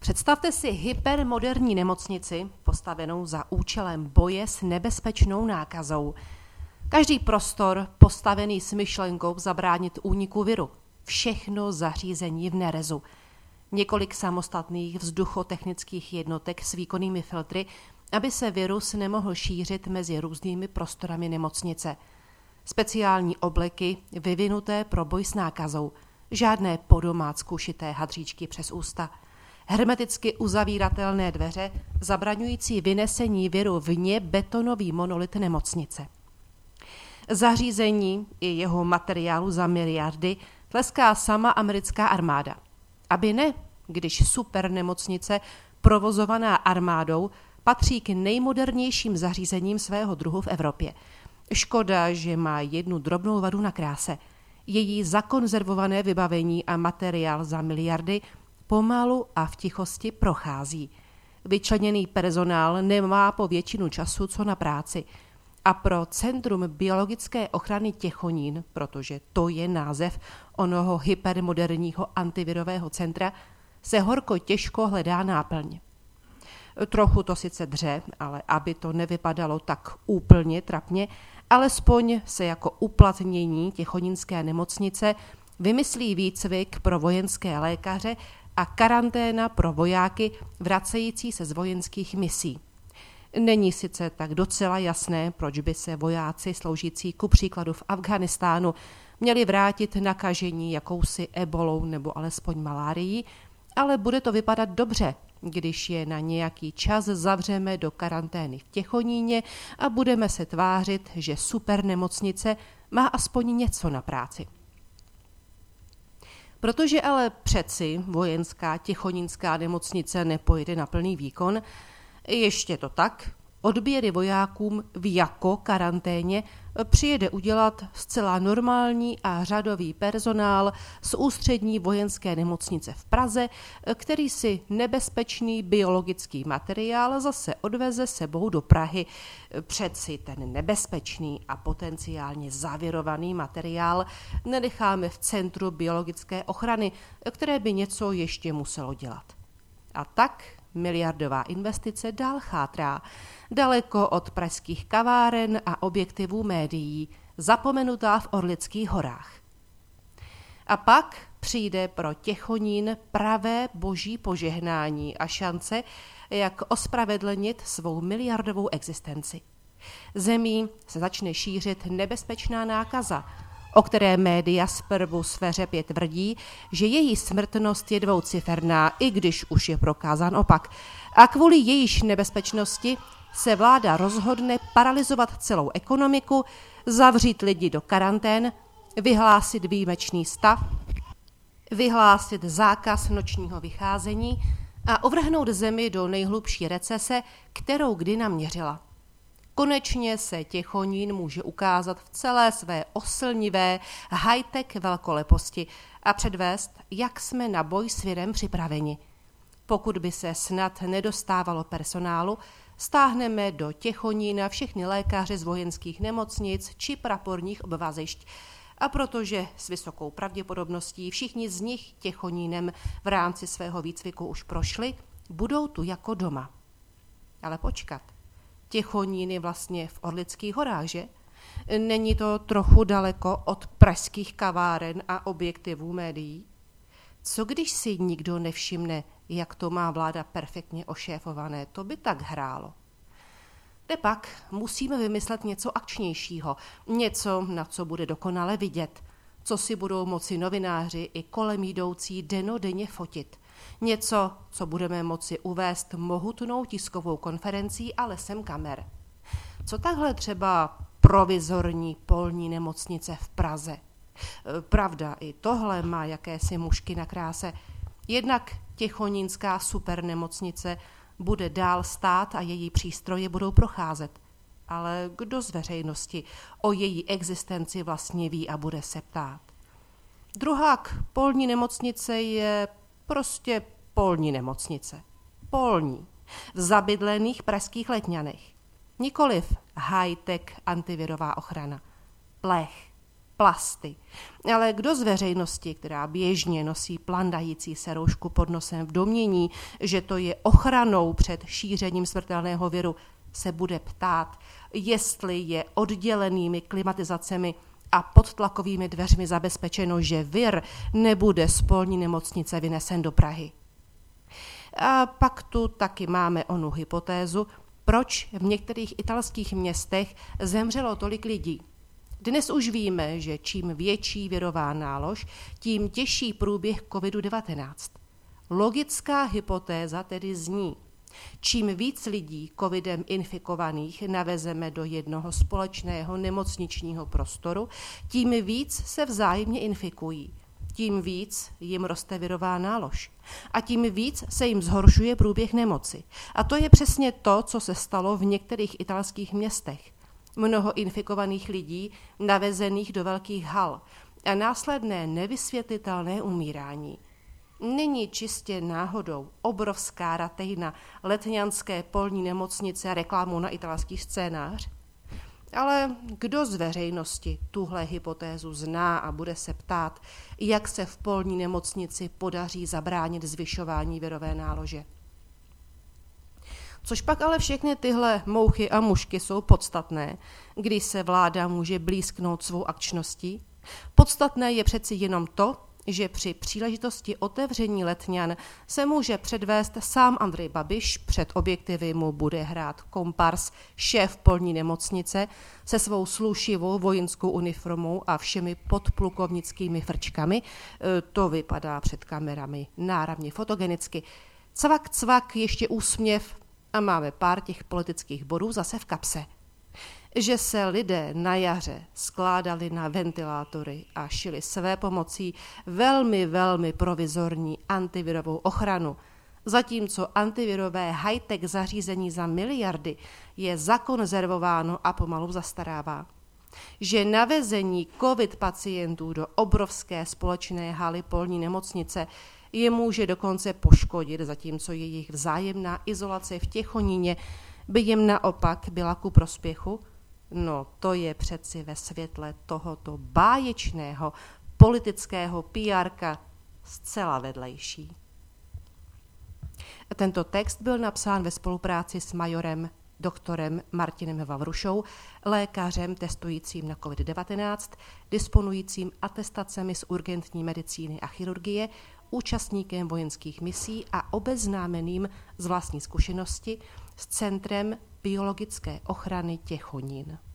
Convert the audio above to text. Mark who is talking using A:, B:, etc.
A: Představte si hypermoderní nemocnici postavenou za účelem boje s nebezpečnou nákazou. Každý prostor postavený s myšlenkou zabránit úniku viru. Všechno zařízení v nerezu. Několik samostatných vzduchotechnických jednotek s výkonnými filtry, aby se virus nemohl šířit mezi různými prostorami nemocnice. Speciální obleky vyvinuté pro boj s nákazou. Žádné po domácku šité hadříčky přes ústa. Hermeticky uzavíratelné dveře, zabraňující vynesení viru vně betonový monolit nemocnice. Zařízení i jeho materiálu za miliardy tleská sama americká armáda. Aby ne, když supernemocnice, provozovaná armádou, patří k nejmodernějším zařízením svého druhu v Evropě. Škoda, že má jednu drobnou vadu na kráse. Její zakonzervované vybavení a materiál za miliardy pomalu a v tichosti prochází. Vyčleněný personál nemá po většinu času co na práci. A pro Centrum biologické ochrany Těchonín, protože to je název onoho hypermoderního antivirového centra, se horko těžko hledá náplň. Trochu to sice dře, ale aby to nevypadalo tak úplně trapně, alespoň se jako uplatnění těchonínské nemocnice vymyslí výcvik pro vojenské lékaře a karanténa pro vojáky vracející se z vojenských misí. Není sice tak docela jasné, proč by se vojáci sloužící ku příkladu v Afghánistánu měli vrátit nakažení jakousi ebolou nebo alespoň malárií, ale bude to vypadat dobře, když je na nějaký čas zavřeme do karantény v Těchoníně a budeme se tvářit, že supernemocnice má aspoň něco na práci. Protože ale přeci vojenská těchonínská nemocnice nepojede na plný výkon, ještě to tak, odběry vojákům v jako karanténě přijede udělat zcela normální a řadový personál z ústřední vojenské nemocnice v Praze, který si nebezpečný biologický materiál zase odveze sebou do Prahy. Přeci ten nebezpečný a potenciálně zavirovaný materiál nenecháme v Centru biologické ochrany, které by něco ještě muselo dělat. A tak miliardová investice dál chátrá, daleko od pražských kaváren a objektivů médií, zapomenutá v Orlických horách. A pak přijde pro Těchonín pravé boží požehnání a šance, jak ospravedlnit svou miliardovou existenci. Zemí se začne šířit nebezpečná nákaza, o které média zprvu sveřepě tvrdí, že její smrtnost je dvouciferná, i když už je prokázán opak. A kvůli jejíž nebezpečnosti se vláda rozhodne paralyzovat celou ekonomiku, zavřít lidi do karantén, vyhlásit výjimečný stav, vyhlásit zákaz nočního vycházení a uvrhnout zemi do nejhlubší recese, kterou kdy naměřila. Konečně se Těchonín může ukázat v celé své oslnivé high-tech velkoleposti a předvést, jak jsme na boj s virem připraveni. Pokud by se snad nedostávalo personálu, stáhneme do Těchonína všechny lékaře z vojenských nemocnic či praporních obvazišť. A protože s vysokou pravděpodobností všichni z nich Těchonínem v rámci svého výcviku už prošli, budou tu jako doma. Ale počkat. Těchonín je vlastně v Orlických horách, že? Není to trochu daleko od pražských kaváren a objektivů médií? Co když si nikdo nevšimne, jak to má vláda perfektně ošéfované, to by tak hrálo. Tepak musíme vymyslet něco akčnějšího, něco, na co bude dokonale vidět, co si budou moci novináři i kolem jdoucí dennodenně fotit. Něco, co budeme moci uvést mohutnou tiskovou konferencí a lesem kamer. Co takhle třeba provizorní polní nemocnice v Praze? Pravda, i tohle má jakési mušky na kráse. Jednak Těchonínská supernemocnice bude dál stát a její přístroje budou procházet. Ale kdo z veřejnosti o její existenci vlastně ví a bude se ptát? Druhák polní nemocnice je prostě polní nemocnice. Polní. V zabydlených pražských Letňanech. Nikoliv high-tech antivirová ochrana. Plech. plasty. Ale kdo z veřejnosti, která běžně nosí plandající se roušku pod nosem v domnění, že to je ochranou před šířením smrtelného viru, se bude ptát, jestli je oddělenými klimatizacemi a podtlakovými dveřmi zabezpečeno, že vir nebude z polní nemocnice vynesen do Prahy. A pak tu taky máme onu hypotézu, proč v některých italských městech zemřelo tolik lidí. Dnes už víme, že čím větší virová nálož, tím těžší průběh COVID-19. Logická hypotéza tedy zní, čím víc lidí covidem infikovaných navezeme do jednoho společného nemocničního prostoru, tím víc se vzájemně infikují. Tím víc jim roste virová nálož. A tím víc se jim zhoršuje průběh nemoci. A to je přesně to, co se stalo v některých italských městech. Mnoho infikovaných lidí navezených do velkých hal a následné nevysvětlitelné umírání. Není čistě náhodou obrovská ratejna letňanské polní nemocnice reklamou na italský scénář? Ale kdo z veřejnosti tuhle hypotézu zná a bude se ptát, jak se v polní nemocnici podaří zabránit zvyšování virové nálože? Což pak ale všechny tyhle mouchy a mušky jsou podstatné, když se vláda může blýsknout svou akčností. Podstatné je přeci jenom to, že při příležitosti otevření Letňan se může předvést sám Andrej Babiš, před objektivy mu bude hrát kompars šéf polní nemocnice se svou slušivou vojenskou uniformou a všemi podplukovnickými frčkami. To vypadá před kamerami náramně fotogenicky. Cvak, cvak, ještě úsměv a máme pár těch politických bodů zase v kapse. Že se lidé na jaře skládali na ventilátory a šili své pomocí velmi, velmi provizorní antivirovou ochranu, zatímco antivirové high-tech zařízení za miliardy je zakonzervováno a pomalu zastarává. Že navezení covid pacientů do obrovské společné haly polní nemocnice je může dokonce poškodit, zatímco jejich vzájemná izolace v Těchoníně by jim naopak byla ku prospěchu. No to je přeci ve světle tohoto báječného politického PR-ka zcela vedlejší. Tento text byl napsán ve spolupráci s majorem doktorem Martinem Vavrušou, lékařem testujícím na COVID-19, disponujícím atestacemi z urgentní medicíny a chirurgie, účastníkem vojenských misí a obeznámeným z vlastní zkušenosti s Centrem biologické ochrany Těchonín.